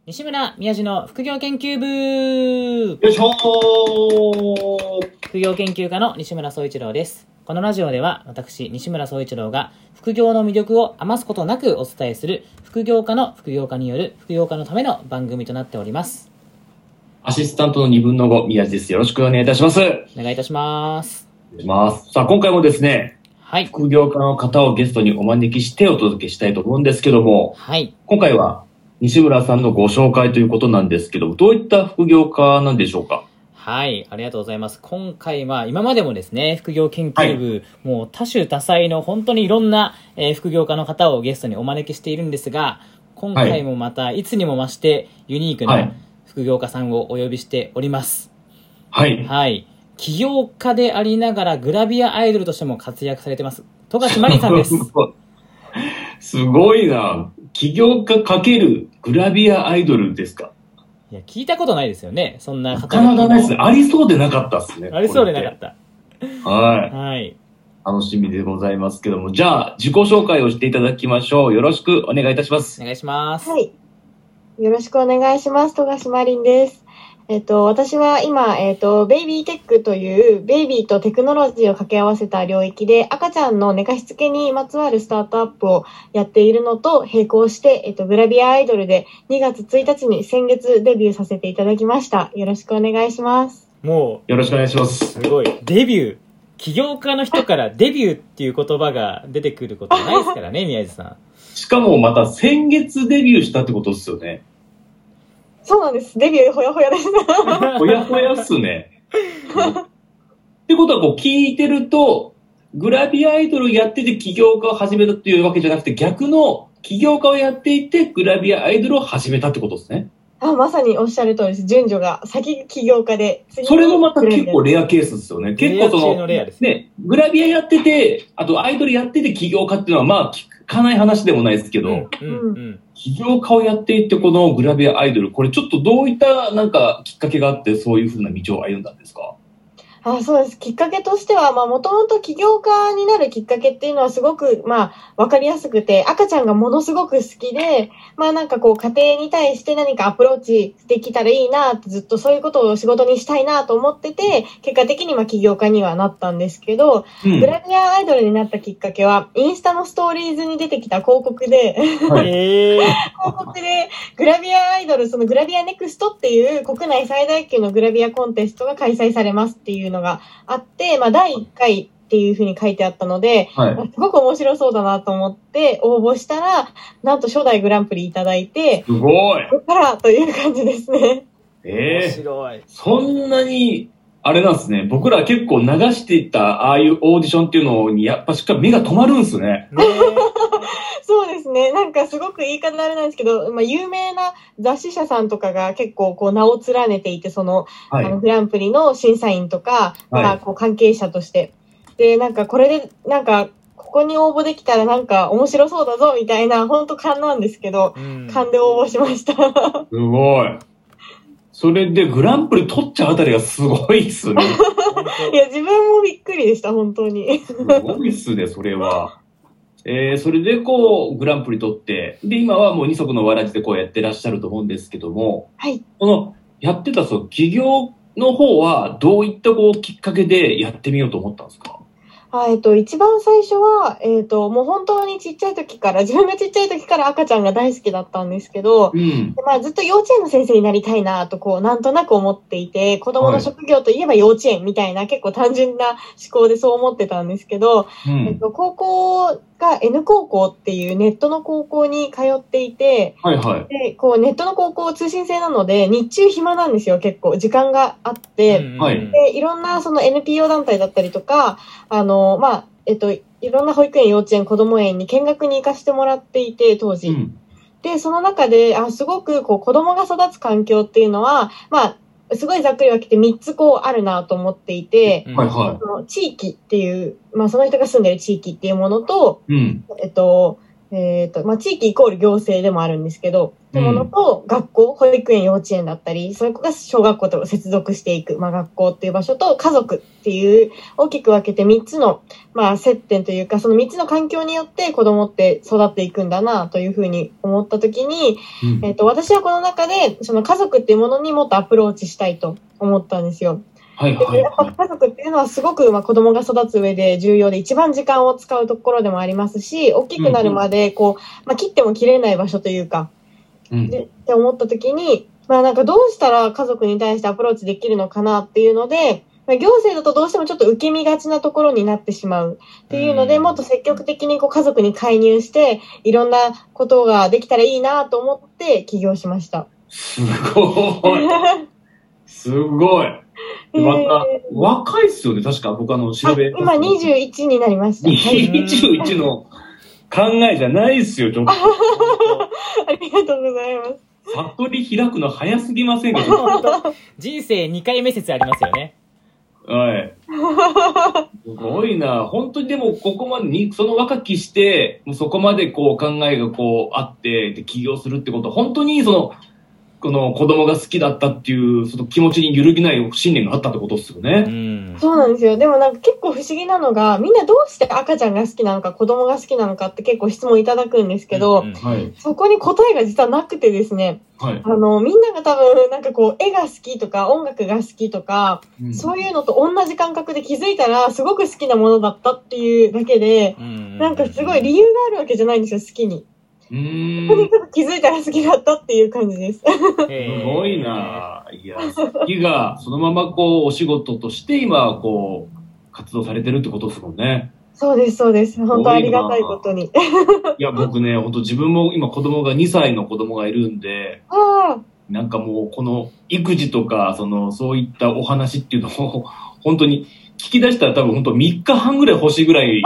西村宮治の副業研究部。 よいしょー。 副業研究家の西村総一郎です。このラジオでは私西村総一郎が副業の魅力を余すことなくお伝えする副業家の副業家による副業家のための番組となっております。 アシスタントの2分の5、宮地です。よろしくお願いいたします。 お願いいたします。 お願いします。さあ、今回もですね、 はい。 副業家の方をゲストにお招きしてお届けしたいと思うんですけども、 はい。 今回は西村さんのご紹介ということなんですけど、どういった副業家なんでしょうか？ はい、ありがとうございます。今回は今までもですね、副業研究部、もう多種多彩の本当にいろんな、副業家の方をゲストにお招きしているんですが、今回もまたいつにも増してユニークな副業家さんをお呼びしております。 はい。 はい。起業家でありながらグラビアアイドルとしても活躍されてます。富樫真理さんです。 すごいな。起業家×グラビアアイドルですか？ いや、聞いたことないですよね。そんな方なかなかないですね。ありそうでなかったですね。 ありそうでなかった。 はい。 はい。 楽しみでございますけども、じゃあ自己紹介をしていただきましょう。よろしくお願いいたします。 お願いします。 はい。よろしくお願いします。富樫真理です。私は今、ベイビーテックというベイビーとテクノロジーを掛け合わせた領域で赤ちゃんの寝かしつけにまつわるスタートアップをやっているのと並行して、グラビアアイドルで2月1日に先月デビューさせていただきました。よろしくお願いします。 もう、よろしくお願いします。 すごい。デビュー。起業家の人からデビューっていう言葉が出てくることないですからね、宮地さん。 しかもまた先月デビューしたってことですよね。 そうなんです。デビューほやほやです。 ほやほやっすね。ってことはこう聞いてると、グラビアアイドルやってて起業家を始めたっていうわけじゃなくて、逆の起業家をやっていてグラビアアイドルを始めたってことですね。 まさにおっしゃる通りです。順序が先起業家で。 それもまた結構レアケースですよね。結構その、ね、グラビアやってて、あとアイドルやってて起業家っていうのはまあ聞かない話でもないですけど、起業家をやっていてこのグラビアアイドル、これちょっとどういったなんかきっかけがあってそういう風な道を歩んだんですか？ そうです。きっかけとしては、もともと起業家になるきっかけっていうのはすごく、わかりやすくて、赤ちゃんがものすごく好きで、なんかこう、家庭に対して何かアプローチできたらいいなって、ずっとそういうことを仕事にしたいなと思ってて、結果的に起業家にはなったんですけど、グラビアアイドルになったきっかけは、インスタのストーリーズに出てきた広告で、広告で、グラビアアイドル、そのグラビアネクストっていう国内最大級のグラビアコンテストが開催されますっていうのがあって、第1回っていう風に書いてあったので、すごく面白そうだなと思って応募したら、なんと初代グランプリいただいて、 すごい。 そこからという感じですね。 面白い。 そんなに、あれなんですね。僕ら結構流していったああいうオーディションっていうのにやっぱしっかり目が止まるんですね。 そうですね。なんかすごく言い方あれなんですけど、有名な雑誌社さんとかが結構こう名を連ねていて、その、グランプリの審査員とか、こう関係者として。で、なんかこれで、なんか、ここに応募できたらなんか面白そうだぞみたいな、ほんと勘なんですけど、勘で応募しました。 すごい。それでグランプリ取っちゃうあたりがすごいっすね。 いや、自分もびっくりでした、本当に。 すごいっすね、それは。それでこう、グランプリ取って、で、今はもう二足のわらじでこうやってらっしゃると思うんですけども、この、やってたその起業の方は、どういったこう、きっかけでやってみようと思ったんですか？ 一番最初は、もう本当にちっちゃい時から、自分がちっちゃい時から赤ちゃんが大好きだったんですけど、ずっと幼稚園の先生になりたいなと、こう、なんとなく思っていて、子供の職業といえば幼稚園みたいな、結構単純な思考でそう思ってたんですけど、高校が N 高校っていうネットの高校に通っていて、で、こう、ネットの高校通信制なので、日中暇なんですよ、結構。時間があって、で、いろんなその NPO 団体だったりとか、いろんな保育園、幼稚園、子供園に見学に行かせてもらっていて、当時。で、その中で、すごくこう子供が育つ環境っていうのは、すごいざっくり分けて3つこうあるなと思っていて、その地域っていう、その人が住んでる地域っていうものと、 地域イコール行政でもあるんですけど、ってものと、学校、保育園、幼稚園だったり、それが小学校と接続していく、学校っていう場所と、家族っていう、大きく分けて3つの、接点というか、その3つの環境によって子供って育っていくんだな、というふうに思ったときに、私はこの中で、その家族っていうものにもっとアプローチしたいと思ったんですよ。やっぱ家族っていうのはすごく子供が育つ上で重要で一番時間を使うところでもありますし、大きくなるまで切っても切れない場所というか、って思った時に、なんかどうしたら家族に対してアプローチできるのかなっていうので、行政だとどうしてもちょっと受け身がちなところになってしまうっていうので、もっと積極的に家族に介入していろんなことができたらいいなと思って起業しました。 すごい。すごい。また、若いっすよね、確か。僕調べ。 今21になりました。 21の考えじゃないっすよ、ちょっと。 ありがとうございます。 悟り開くの早すぎませんか？ 人生2回目説ありますよね。 はい。すごいな。本当にでも、ここまでに、その若きして、もうそこまで考えがあって、で、起業するってことは、本当にこの子供が好きだったっていうその気持ちに揺るぎない信念があったってことですよね。 そうなんですよ。でもなんか結構不思議なのが、みんなどうして赤ちゃんが好きなのか子供が好きなのかって結構質問いただくんですけど、そこに答えが実はなくてですね、みんなが多分なんか絵が好きとか音楽が好きとか、そういうのと同じ感覚で気づいたらすごく好きなものだったっていうだけで、なんかすごい理由があるわけじゃないんですよ、好きに。とにかく気づいたら好きだったっていう感じです。すごいな。いや、好きがそのままお仕事として今活動されてるってことですもんね。 そうです、そうです。本当ありがたいことに。 いや、僕ね、本当自分も今2歳の子供がいるんで、なんかもうこの育児とかそういったお話っていうのを本当に聞き出したら多分本当3日半ぐらい欲しいぐらい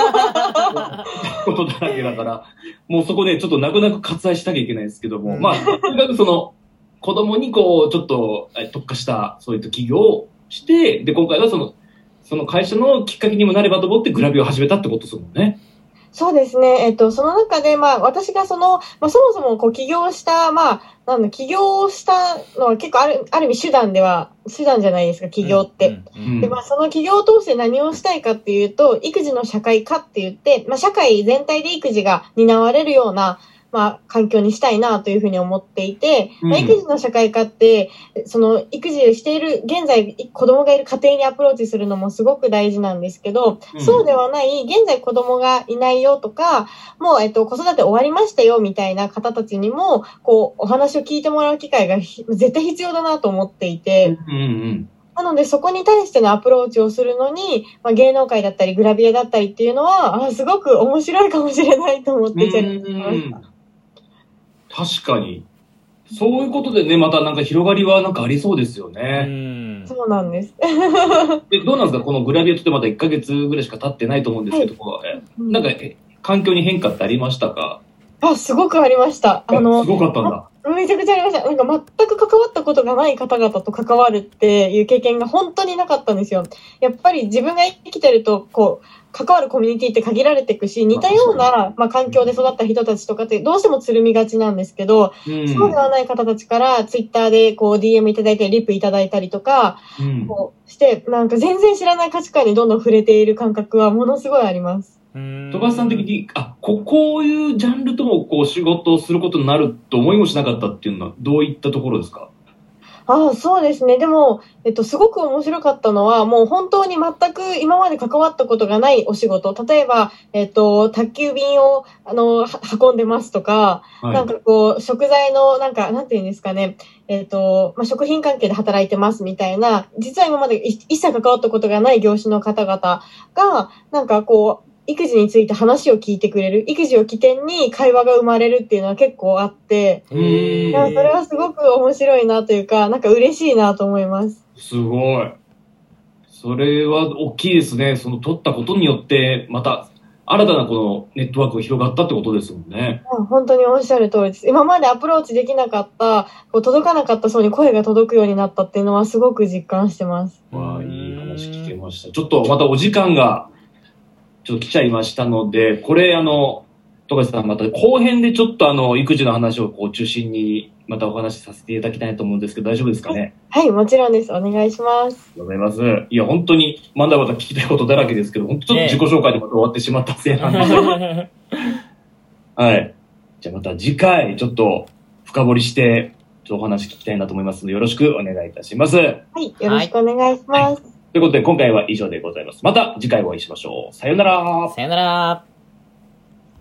ことだらけだから、もうそこでちょっと泣く泣く割愛しなきゃいけないですけども、とにかく子供にちょっと特化したそういった起業をして、で、今回はその会社のきっかけにもなればと思ってグラビアを始めたってことですもんね。 そうですね。その中で、私がそもそも起業した、起業したのは結構ある意味手段じゃないですか、起業って。で、その起業を通して何をしたいかっていうと、育児の社会化って言って、社会全体で育児が担われるような、環境にしたいなというふうに思っていて、育児の社会化って、育児をしている、現在子供がいる家庭にアプローチするのもすごく大事なんですけど、そうではない、現在子供がいないよとか、もう、子育て終わりましたよみたいな方たちにも、お話を聞いてもらう機会が絶対必要だなと思っていて、なので、そこに対してのアプローチをするのに、芸能界だったり、グラビアだったりっていうのは、すごく面白いかもしれないと思ってチャレンジしました。 確かに。そういうことでね、またなんか広がりはなんかありそうですよね。 そうなんです。 どうなんですか、このグラビアってまだ1ヶ月ぐらいしか経ってないと思うんですけど、なんか環境に変化ってありましたか？ すごくありました。 すごかったんだ。 めちゃくちゃありました。なんか全く関わったことがない方々と関わるっていう経験が本当になかったんですよ。やっぱり自分が生きてると、関わるコミュニティって限られていくし、似たような、環境で育った人たちとかってどうしてもつるみがちなんですけど、そうではない方たちからツイッターでDM いただいてリプいただいたりとか、して、なんか全然知らない価値観にどんどん触れている感覚はものすごいあります。 戸橋さん的に、こういうジャンルとも仕事をすることになると思いもしなかったっていうのはどういったところですか？ そうですね。でも、すごく面白かったのは、もう本当に全く今まで関わったことがないお仕事。例えば、宅急便を、運んでますとか、なんか食材の、なんていうんですかね、食品関係で働いてますみたいな、実は今まで一切関わったことがない業種の方々が、なんか育児について話を聞いてくれる、育児を起点に会話が生まれるっていうのは結構あって、それはすごく面白いなというか、なんか嬉しいなと思います。 すごい。それは大きいですね。取ったことによって、また新たなこのネットワークが広がったってことですもんね。 本当におっしゃる通りです。今までアプローチできなかった、届かなかった層に声が届くようになったっていうのはすごく実感してます。 いい話聞けました。ちょっとまたお時間がちょっと来ちゃいましたので、これ戸富樫さん、また後編でちょっと育児の話をこう中心にまたお話しさせていただきたいと思うんですけど、大丈夫ですかね？ はい、もちろんです。お願いします。 ありがとうございます。いや、本当にまだまだ聞きたいことだらけですけど、本当ちょっと自己紹介でまた終わってしまったせいなんで。はい。じゃあまた次回、ちょっと深掘りして、お話聞きたいなと思いますので、よろしくお願いいたします。はい、 よろしくお願いします。 ということで、今回は以上でございます。また次回お会いしましょう。さよなら。 さよなら。